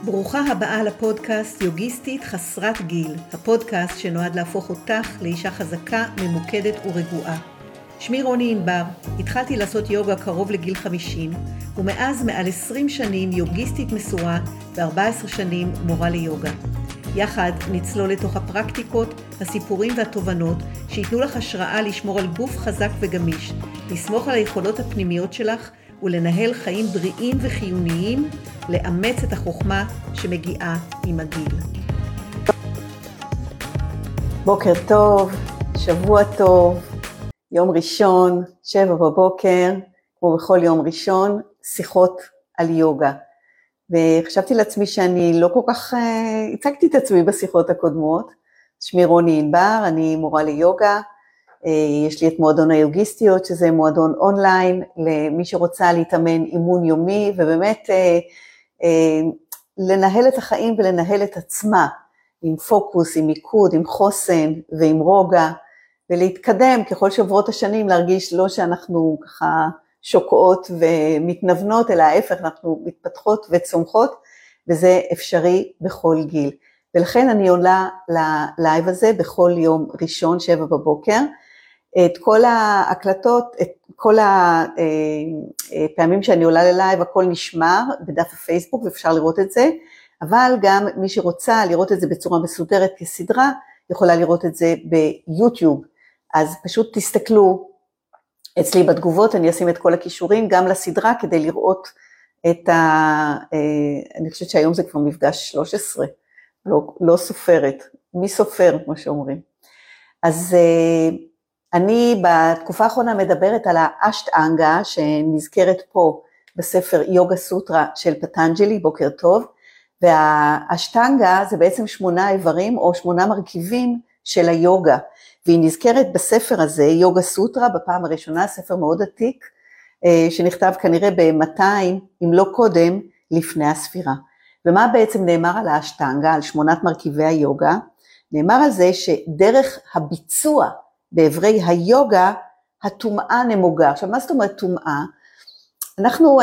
ברוכה הבאה לפודקאסט יוגיסטית חסרת גיל, הפודקאסט שנועד להפוך אותך לאישה חזקה, ממוקדת ורגועה. שמי רוני ענבר, התחלתי לעשות יוגה קרוב לגיל 50, ומאז מעל 20 שנים יוגיסטית מסורה ו14 שנים מורה ליוגה. יחד נצלול לתוך הפרקטיקות, הסיפורים והתובנות שיתנו לך השראה לשמור על גוף חזק וגמיש, לסמוך על היכולות הפנימיות שלך ולנהל חיים בריאים וחיוניים, לאמץ את החוכמה שמגיעה עם הגיל. בוקר טוב, שבוע טוב, יום ראשון, 7 בבוקר, כמו בכל יום ראשון, שיחות על יוגה. וחשבתי לעצמי שאני לא כל כך הצגתי את עצמי בשיחות הקודמות. שמי רוני ענבר, אני מורה ליוגה, יש לי את מועדון היוגיסטיות, שזה מועדון אונליין, למי שרוצה להתאמן אימון יומי, ובאמת לנהל את החיים ולנהל את עצמה, עם פוקוס, עם מיקוד, עם חוסן ועם רוגע, ולהתקדם ככל שעוברות השנים, להרגיש לא שאנחנו ככה שוקעות ומתנוונות, אלא ההפך, אנחנו מתפתחות וצומחות, וזה אפשרי בכל גיל. ולכן אני עולה ללייב הזה בכל יום ראשון, 7 בבוקר, את כל ההקלטות, את כל הפעמים שאני עולה ללייב, הכל נשמר בדף הפייסבוק, ואפשר לראות את זה, אבל גם מי שרוצה לראות את זה בצורה מסודרת כסדרה, יכולה לראות את זה ביוטיוב, אז פשוט תסתכלו אצלי בתגובות, אני אשים את כל הכישורים, גם לסדרה, כדי לראות את אני חושבת שהיום זה כבר מפגש 13, לא סופרת, מי סופר, כמו שאומרים. אז אני בתקופה האחרונה מדברת על האשטנגה, שנזכרת פה בספר יוגה סוטרה של פטנג'לי, בוקר טוב, והאשטנגה זה בעצם 8 איברים או 8 מרכיבים של היוגה, והיא נזכרת בספר הזה, יוגה סוטרה, בפעם הראשונה, ספר מאוד עתיק, שנכתב כנראה ב-200, אם לא קודם, לפני הספירה. ומה בעצם נאמר על האשטנגה, על 8 מרכיבי היוגה? נאמר על זה שדרך הביצוע בעברי היוגה, הטומאה נמוגה. עכשיו, מה זאת אומרת טומאה? אנחנו,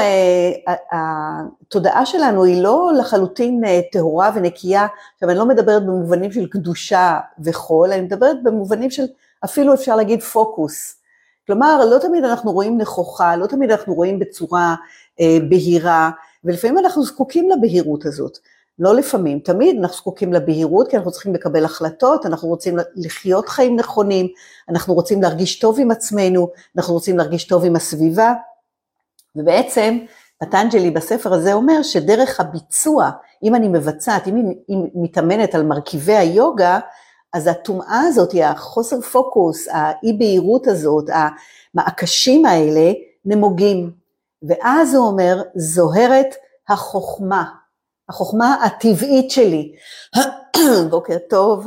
התודעה שלנו היא לא לחלוטין טהורה ונקייה, עכשיו אני לא מדברת במובנים של קדושה וחול, אני מדברת במובנים של אפילו אפשר להגיד פוקוס. כלומר, לא תמיד אנחנו רואים נכוחה, לא תמיד אנחנו רואים בצורה בהירה, ולפעמים אנחנו זקוקים לבהירות הזאת. לא לפעמים, תמיד אנחנו זקוקים לבהירות, כי אנחנו צריכים לקבל החלטות, אנחנו רוצים לחיות חיים נכונים, אנחנו רוצים להרגיש טוב עם עצמנו, אנחנו רוצים להרגיש טוב עם הסביבה, ובעצם פטנג'לי בספר הזה אומר שדרך הביצוע, אם אני מבצעת, אם היא מתאמנת על מרכיבי היוגה, אז הטומאה הזאת, החוסר פוקוס, האי בהירות הזאת, המעקשים האלה נמוגים, ואז הוא אומר, זוהרת החוכמה, החוכמה הטבעית שלי, בוקר טוב,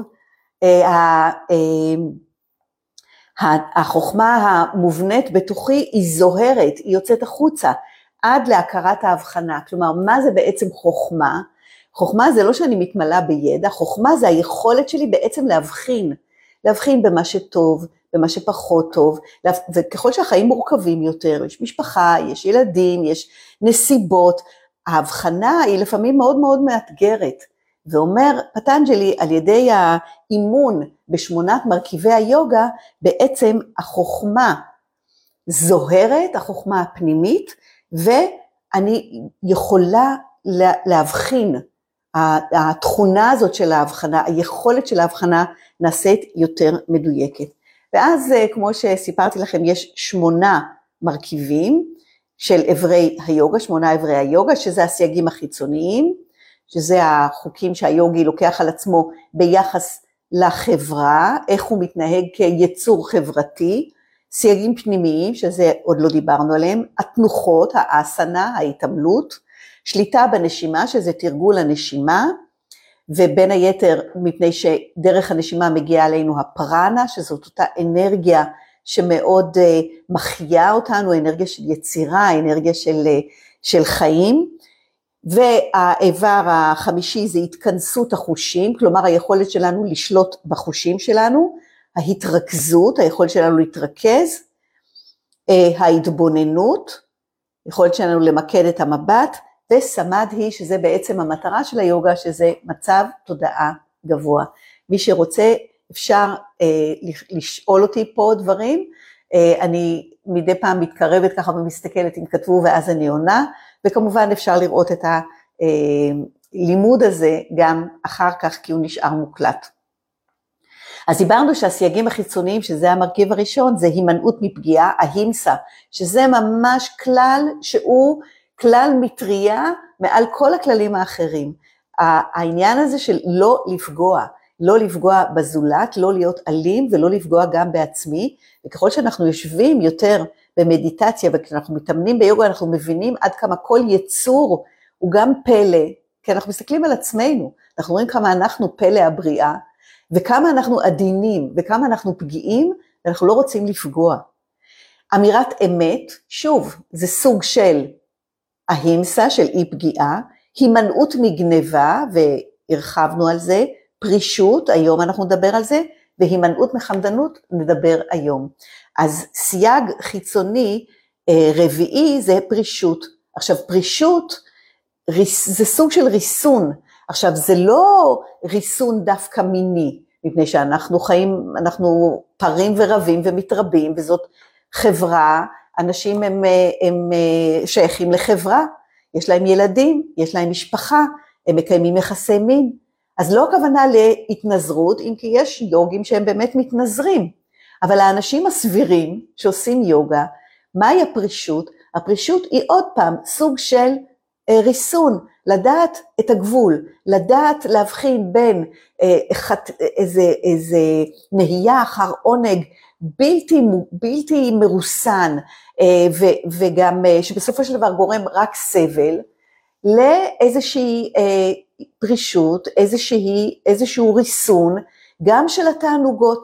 החוכמה המובנית בתוכי היא זוהרת, היא יוצאת החוצה, עד להכרת ההבחנה, כלומר מה זה בעצם חוכמה? חוכמה זה לא שאני מתמלאה בידע, חוכמה זה היכולת שלי בעצם להבחין במה שטוב, במה שפחות טוב, וככל שהחיים מורכבים יותר, יש משפחה, יש ילדים, יש נסיבות, ההבחנה היא לפעמים מאוד מאוד מאתגרת, ואומר פטנג'לי על ידי האימון ב8 מרכיבי היוגה, בעצם החוכמה זוהרת, החוכמה הפנימית, ואני יכולה להבחין, התכונה הזאת של ההבחנה, היכולת של ההבחנה נעשית יותר מדויקת. ואז כמו שסיפרתי לכם, יש 8 מרכיבים, של עברי היוגה, 8 עברי היוגה, שזה הסייגים החיצוניים, שזה החוקים שהיוגי לוקח על עצמו ביחס לחברה, איך הוא מתנהג כיצור חברתי, סייגים פנימיים, שזה עוד לא דיברנו עליהם, התנוחות, האסנה, ההתעמלות, שליטה בנשימה, שזה תרגול הנשימה, ובין היתר, מפני שדרך הנשימה מגיעה עלינו הפרנה, שזאת אותה אנרגיה, שמאוד מחיה אותנו, אנרגיה של יצירה, אנרגיה של חיים, והאיבר החמישי זה התכנסות החושים, כלומר היכולת שלנו לשלוט בחושים שלנו, ההתרכזות, היכולת שלנו להתרכז, ההתבוננות, יכולת שלנו למקד את המבט, וסמדהי, שזה בעצם המטרה של היוגה, שזה מצב תודעה גבוה. מי שרוצה, אפשר לשאול אותי פה דברים, אני מדי פעם מתקרבת ככה ומסתכלת אם כתבו ואז אני עונה, וכמובן אפשר לראות את הלימוד הזה גם אחר כך כי הוא נשאר מוקלט. אז דיברנו שהסייגים החיצוניים, שזה המרכיב הראשון, זה הימנעות מפגיעה, ההימסה, שזה ממש כלל שהוא כלל מטריה מעל כל הכללים האחרים. העניין הזה של לא לפגוע בזולת, לא להיות אלים ולא לפגוע גם בעצמי, וככל שאנחנו יושבים יותר במדיטציה, וכשאנחנו מתאמנים ביוגה, אנחנו מבינים עד כמה כל יצור הוא גם פלא, כי אנחנו מסתכלים על עצמנו, אנחנו רואים כמה אנחנו פלא הבריאה, וכמה אנחנו עדינים, וכמה אנחנו פגיעים, ואנחנו לא רוצים לפגוע. אמירת אמת, שוב, זה סוג של ההימסה, של אי פגיעה, הימנעות מגניבה, והרחבנו על זה, פרישות, היום אנחנו נדבר על זה, והימנעות מחמדנות, נדבר היום. אז סייג חיצוני רביעי זה פרישות. עכשיו פרישות זה סוג של ריסון, עכשיו זה לא ריסון דווקא מיני, מפני שאנחנו חיים, אנחנו פרים ורבים ומתרבים, וזאת חברה, אנשים הם שייכים לחברה, יש להם ילדים, יש להם משפחה, הם מקיימים יחסי מין, אז לא הכוונה להתנזרות, אם כי יש יוגים שהם באמת מתנזרים, אבל האנשים הסבירים שעושים יוגה, מהי הפרישות? הפרישות היא עוד פעם סוג של ריסון, לדעת את הגבול, לדעת להבחין בין איזה נהייה אחר עונג בלתי מרוסן, וגם שבסופו של דבר גורם רק סבל, לאיזושהי פרישות, איזשהו ריסון, גם של התענוגות.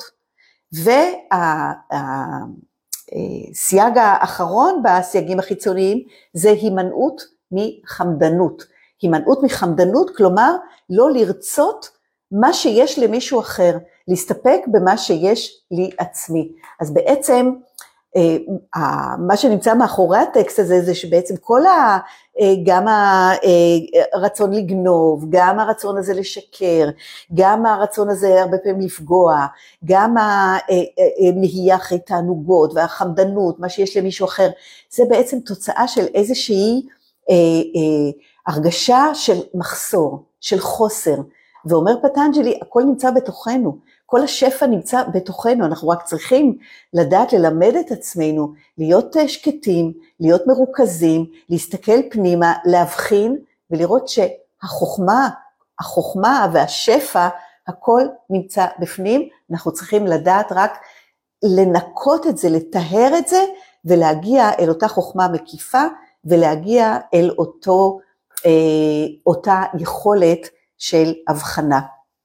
והסייג האחרון בסייגים החיצוניים, זה הימנעות מחמדנות. הימנעות מחמדנות, כלומר, לא לרצות מה שיש למישהו אחר, להסתפק במה שיש לי עצמי. אז בעצם, מה שנמצא מאחורי הטקסט הזה, זה שבעצם גם הרצון לגנוב, גם הרצון הזה לשקר, גם הרצון הזה הרבה פעמים לפגוע, גם הנהייה אחרי תענוגות והחמדנות, מה שיש למישהו אחר, זה בעצם תוצאה של איזושהי הרגשה של מחסור, של חוסר, ואומר פטנג'לי, הכל נמצא בתוכנו, כל השפע נמצא בתוכנו, אנחנו רק צריכים לדעת ללמד את עצמנו, להיות שקטים, להיות מרוכזים, להסתכל פנימה, להבחין ולראות שהחוכמה והשפע, הכל נמצא בפנים, אנחנו צריכים לדעת רק לנקות את זה, לטהר את זה, ולהגיע אל אותה חוכמה מקיפה, ולהגיע אל אותה יכולת של הבחנה.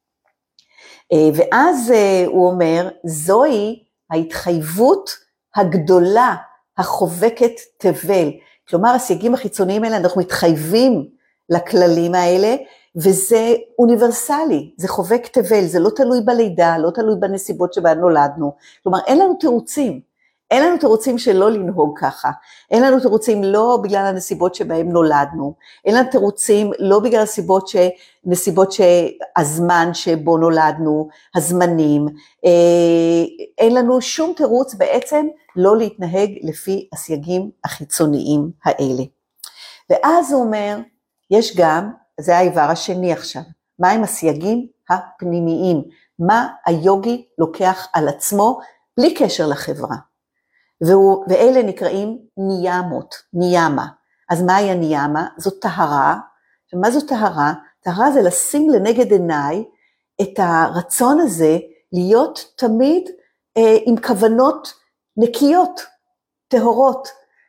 ואז הוא אומר, זוהי ההתחייבות הגדולה, החובקת תבל. כלומר, הסייגים החיצוניים האלה, אנחנו מתחייבים לכללים האלה, וזה אוניברסלי, זה חובק תבל, זה לא תלוי בלידה, לא תלוי בנסיבות שבה נולדנו. כלומר, אין לנו תירוצים. אין לנו תירוצים שלא לנהוג ככה, אין לנו תירוצים לא בגלל הנסיבות שבהם נולדנו, אין לנו תירוצים לא בגלל נסיבות שהזמן שבו נולדנו, הזמנים, אין לנו שום תירוץ בעצם לא להתנהג לפי הסייגים החיצוניים האלה. ואז הוא אומר, יש גם, זה האיבר השני עכשיו, מה הם הסייגים הפנימיים, מה היוגי לוקח על עצמו בלי קשר לחברה. ואלה נקראים ניאמה. אז מהי הניאמה? זאת טהרה. ומה זאת טהרה? טהרה זה לשים לנגד עיניי את הרצון הזה להיות תמיד עם כוונות נקיות, טהורות,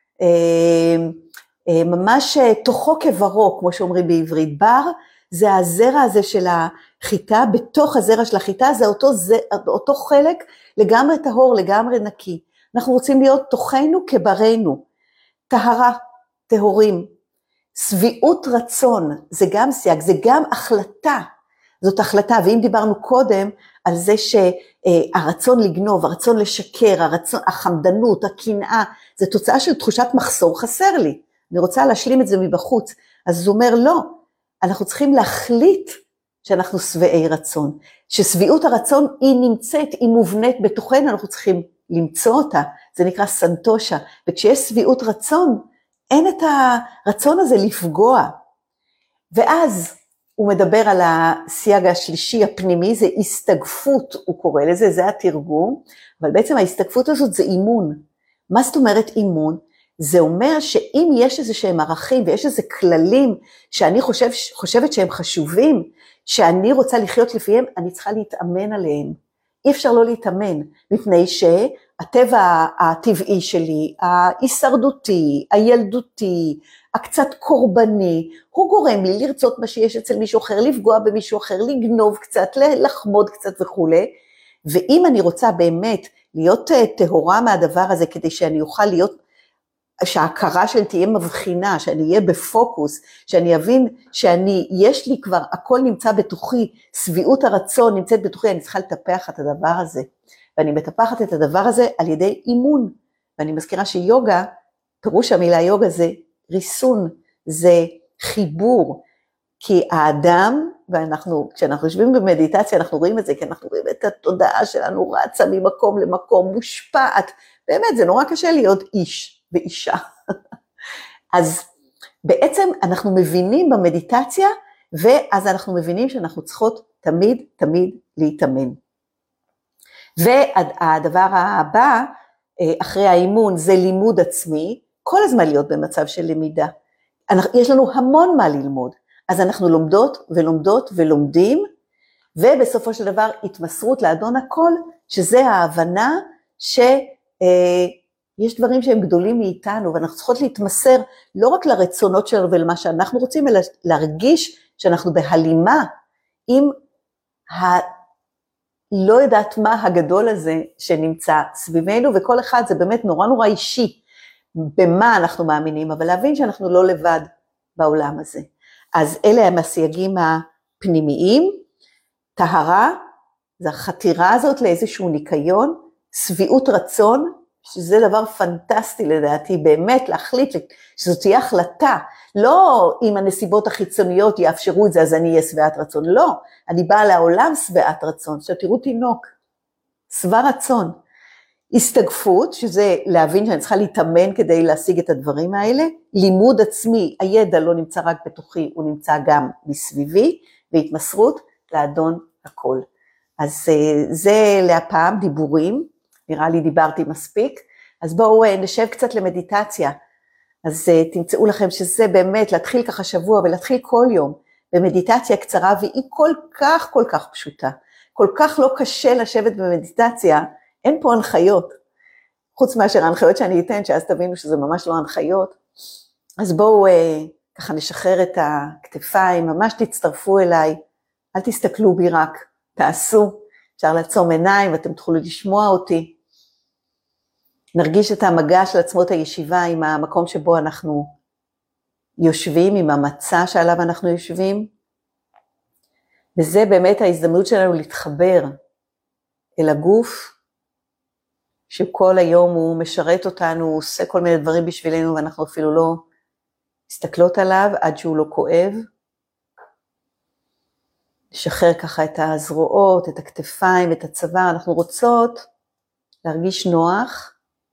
ממש תוכו כברו, כמו שאומרים בעברית. בר זה הזרע הזה של החיטה, בתוך הזרע של החיטה זה אותו חלק לגמרי טהור, לגמרי נקי. אנחנו רוצים להיות תוכנו כברנו, טהרה, טהורים, סביעות רצון, זה גם סייג, זה גם החלטה, זאת החלטה, ואם דיברנו קודם על זה שהרצון לגנוב, הרצון לשקר, החמדנות, הקנאה, זה תוצאה של תחושת מחסור חסר לי, אני רוצה להשלים את זה מבחוץ. אז הוא אומר, לא, אנחנו צריכים להחליט שאנחנו שבעי רצון, ששביעות הרצון היא נמצאת, היא מובנית בתוכנו, אנחנו צריכים למצוא אותה, זה נקרא סנטושה, וכשיש שביעות רצון, אין את הרצון הזה לפגוע. ואז הוא מדבר על הסייג השלישי הפנימי, זה הסתגפות, הוא קורא לזה, זה התרגום, אבל בעצם ההסתגפות הזאת זה אימון. מה זאת אומרת אימון? זה אומר שאם יש איזה שהם ערכים ויש איזה כללים שאני חושבת שהם חשובים, שאני רוצה לחיות לפיהם, אני צריכה להתאמן עליהם. אי אפשר לא להתאמן, מפני שהטבע הטבעי שלי, ההישרדותי, הילדותי, הקצת קורבני, הוא גורם לי לרצות מה שיש אצל מישהו אחר, לפגוע במישהו אחר, לגנוב קצת, לחמוד קצת וכו'. ואם אני רוצה באמת להיות טהורה מהדבר הזה, כדי שאני אוכל להיות, שההכרה שלי תהיה מבחינה, שאני אהיה בפוקוס, שאני אבין יש לי כבר, הכל נמצא בתוכי, שביעות הרצון נמצאת בתוכי, אני צריכה לטפח את הדבר הזה. ואני מטפחת את הדבר הזה על ידי אימון. ואני מזכירה שיוגה, פירוש המילה יוגה זה ריסון, זה חיבור. כי האדם, כשאנחנו יושבים במדיטציה, אנחנו רואים את זה, כי אנחנו רואים את התודעה שלנו רצה ממקום למקום, מושפעת. באמת, זה נורא קשה להיות איש ואישה. אז בעצם אנחנו מבינים במדיטציה, ואז אנחנו מבינים שאנחנו צריכות תמיד, תמיד להתאמן. והדבר הבא, אחרי האימון, זה לימוד עצמי, כל הזמן להיות במצב של למידה. יש לנו המון מה ללמוד, אז אנחנו לומדות ולומדות ולומדים, ובסופו של דבר התמסרות לאדון הכל, שזה ההבנה שיש דברים שהם גדולים מאיתנו, ואנחנו צריכות להתמסר לא רק לרצונות שלנו ולמה שאנחנו רוצים, אלא להרגיש שאנחנו בהלימה עם לא יודעת מה הגדול הזה שנמצא סביבנו, וכל אחד זה באמת נורא נורא אישי, במה אנחנו מאמינים, אבל להבין שאנחנו לא לבד בעולם הזה. אז אלה הם הסייגים הפנימיים, טהרה, זה החתירה הזאת לאיזשהו ניקיון, שביעות רצון, שזה דבר פנטסטי לדעתי, באמת להחליט שזאת תהיה החלטה, לא אם הנסיבות החיצוניות יאפשרו את זה, אז אני אהיה שבעת רצון, לא, אני באה לעולם שבעת רצון, שתראו תינוק, שבע רצון, הסתגפות, שזה להבין שאני צריכה להתאמן כדי להשיג את הדברים האלה, לימוד עצמי, הידע לא נמצא רק בתוכי, הוא נמצא גם מסביבי, והתמסרות לאדון הכל. אז זה להפעם דיבורים, נראה לי דיברתי מספיק, אז בואו נשב קצת למדיטציה, אז תמצאו לכם שזה באמת להתחיל ככה שבוע ולהתחיל כל יום, במדיטציה קצרה, והיא כל כך פשוטה, כל כך לא קשה לשבת במדיטציה, אין פה הנחיות, חוץ מאשר ההנחיות שאני אתן, שאז תבינו שזה ממש לא הנחיות, אז בואו ככה נשחרר את הכתפיים, ממש תצטרפו אליי, אל תסתכלו בי רק, תעשו, אפשר לעצום עיניים ואתם תוכלו לשמוע אותי, נרגיש את המגע של עצמות הישיבה עם המקום שבו אנחנו יושבים, עם המצע שעליו אנחנו יושבים, וזה באמת ההזדמנות שלנו להתחבר אל הגוף, שכל היום הוא משרת אותנו, הוא עושה כל מיני דברים בשבילנו, ואנחנו אפילו לא מסתכלות עליו עד שהוא לא כואב. לשחרר ככה את הזרועות, את הכתפיים, את הצוואר, אנחנו רוצות להרגיש נוח,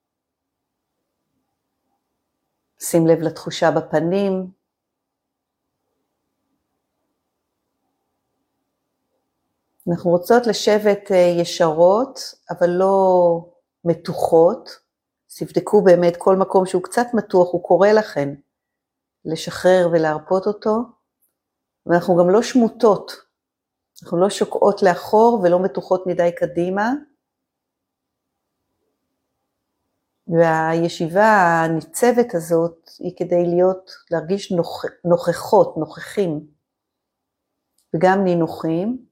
שים לב לתחושה בפנים, אנחנו רוצות לשבת ישרות, אבל לא מתוחות, תבדקו באמת כל מקום שהוא קצת מתוח, הוא קורא לכן, לשחרר ולהרפות אותו, ואנחנו גם לא שמוטות, אנחנו לא שוקעות לאחור ולא מתוחות מדי קדימה, והישיבה הניצבת הזאת היא כדי להרגיש נוכחות, נוכחים, וגם נינוחים,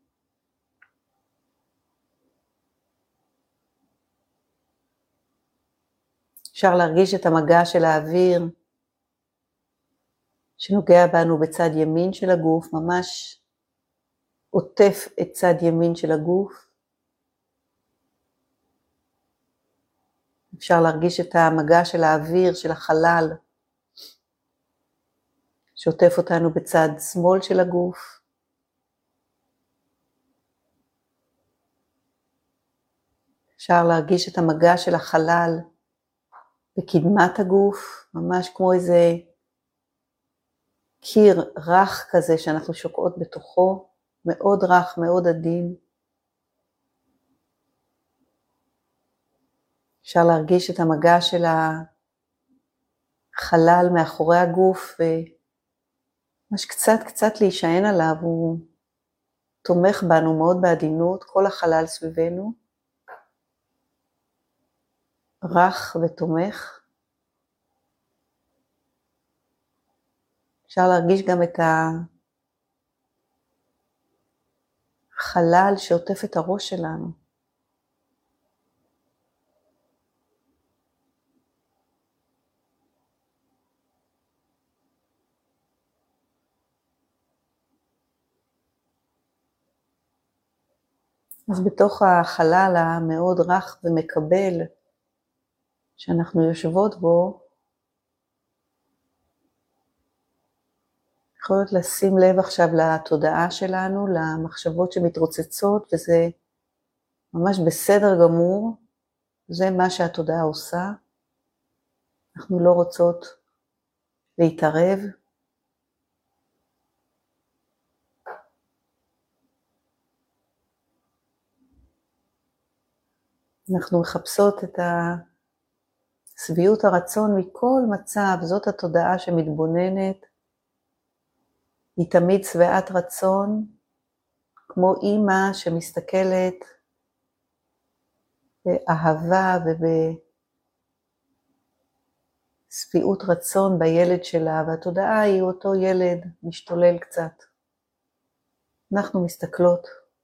אפשר להרגיש את המגע של האוויר, שנוגע בנו בצד ימין של הגוף, ממש עוטף את צד ימין של הגוף. אפשר להרגיש את המגע של האוויר, של החלל, שוטף אותנו בצד שמאל של הגוף. אפשר להרגיש את המגע של החלל בקדמת הגוף, ממש כמו איזה קיר רך כזה שאנחנו שוקעות בתוכו, מאוד רך, מאוד עדין. אפשר להרגיש את המגע של החלל מאחורי הגוף, וממש קצת להישען עליו, הוא תומך בנו מאוד בעדינות, כל החלל סביבנו, רך ותומך. אפשר להרגיש גם את החלל שעוטף את הראש שלנו. אז בתוך החלל המאוד רך ומקבל שאנחנו יושבות בו, יכולות לשים לב עכשיו לתודעה שלנו, למחשבות שמתרוצצות, וזה ממש בסדר גמור, זה מה שהתודעה עושה. אנחנו לא רוצות להתערב. אנחנו מחפשות את שביעות הרצון מכל מצב, זאת התודעה שמתבוננת, היא תמיד שבעת רצון, כמו אימא שמסתכלת באהבה ובשביעות רצון בילד שלה, והתודעה היא אותו ילד משתולל קצת. אנחנו מסתכלות.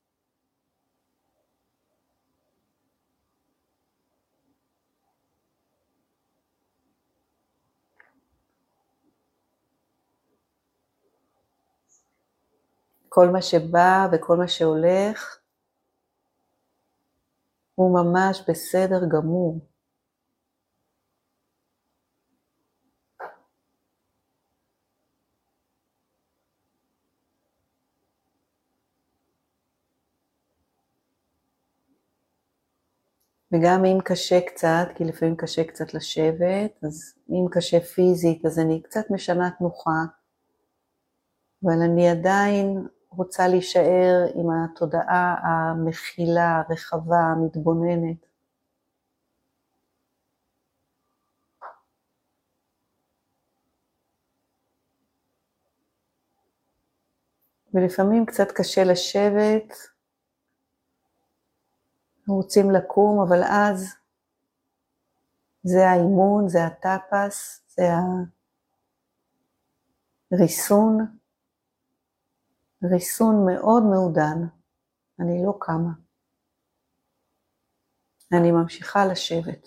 כל מה שבא וכל מה שהולך הוא ממש בסדר גמור. וגם אם קשה קצת, כי לפעמים קשה קצת לשבת, אז אם קשה פיזית, אז אני קצת משנה תנוחה, אבל אני עדיין רוצה להישאר עם התודעה המכילה, הרחבה, המתבוננת. ולפעמים קצת קשה לשבת, רוצים לקום, אבל אז זה האימון, זה הטאפס, זה הריסון. ריסון מאוד מעודן. אני לא קמה. אני ממשיכה לשבת.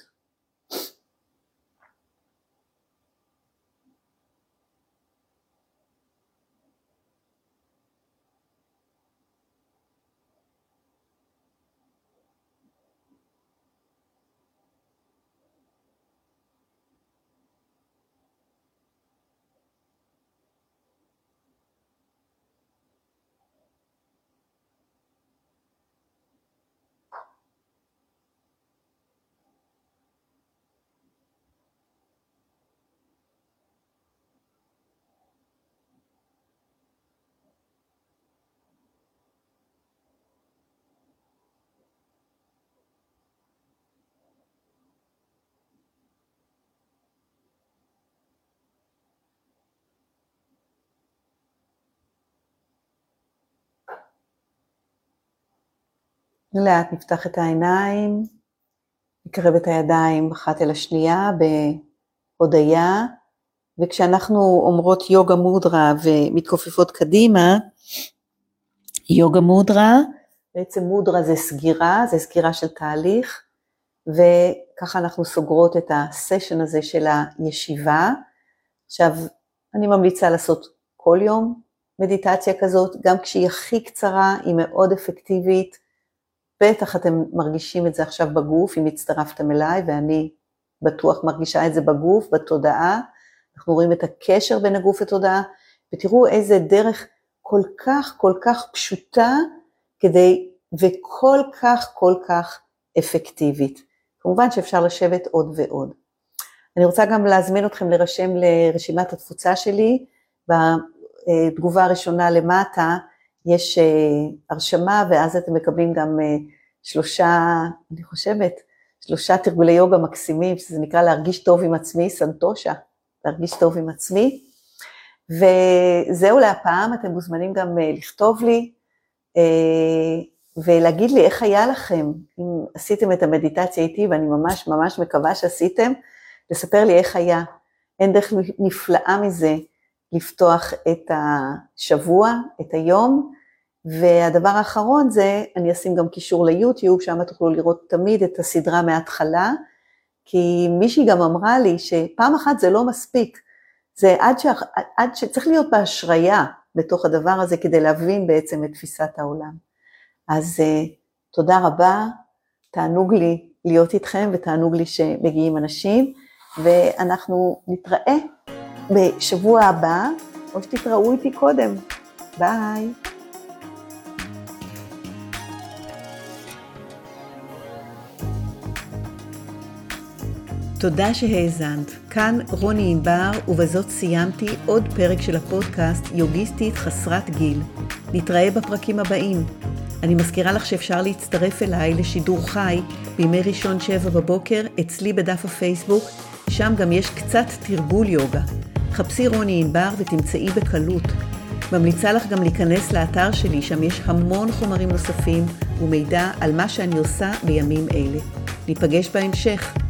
לאט נפתח את העיניים, נקרב את הידיים אחת אל השנייה בהודיה, וכשאנחנו אומרות יוגה מודרה ומתכופפות קדימה, יוגה מודרה, בעצם מודרה זה סגירה של תהליך, וככה אנחנו סוגרות את הסשן הזה של הישיבה. עכשיו, אני ממליצה לעשות כל יום מדיטציה כזאת, גם כשהיא הכי קצרה, היא מאוד אפקטיבית, בטח אתם מרגישים את זה עכשיו בגוף, אם הצטרפתם אליי, ואני בטוח מרגישה את זה בגוף, בתודעה, אנחנו רואים את הקשר בין הגוף לתודעה, ותראו איזה דרך כל כך פשוטה וכל כך אפקטיבית. כמובן שאפשר לשבת עוד ועוד. אני רוצה גם להזמין אתכם להירשם לרשימת התפוצה שלי. בתגובה הראשונה למטה יש הרשמה, ואז אתם מקבלים גם 3 תרגולי יוגה מקסימים, שזה נקרא להרגיש טוב עם עצמי, סנטושה, להרגיש טוב עם עצמי. וזהו להפעם, אתם מוזמנים גם לכתוב לי, ולהגיד לי איך היה לכם, אם עשיתם את המדיטציה איתי, ואני ממש מקווה שעשיתם, לספר לי איך היה. אין דרך נפלאה מזה לפתוח את השבוע, את היום, והדבר האחרון זה, אני אשים גם קישור ליוטיוב, שם תוכלו לראות תמיד את הסדרה מההתחלה, כי מישהי גם אמרה לי שפעם אחת זה לא מספיק, זה עד שצריך להיות בהשראיה בתוך הדבר הזה, כדי להבין בעצם את תפיסת העולם. אז תודה רבה, תענוג לי להיות איתכם, ותענוג לי שמגיעים אנשים, ואנחנו נתראה בשבוע הבא, או שתתראו איתי קודם. ביי. תודה שהאזנת. כאן רוני ענבר, ובזאת סיימתי עוד פרק של הפודקאסט יוגיסטית חסרת גיל. נתראה בפרקים הבאים. אני מזכירה לך שאפשר להצטרף אליי לשידור חי בימי ראשון 7 בבוקר אצלי בדף הפייסבוק, שם גם יש קצת תרגול יוגה. חפשי רוני ענבר ותמצאי בקלות. ממליצה לך גם להיכנס לאתר שלי, שם יש המון חומרים נוספים ומידע על מה שאני עושה בימים אלה. ניפגש בהמשך.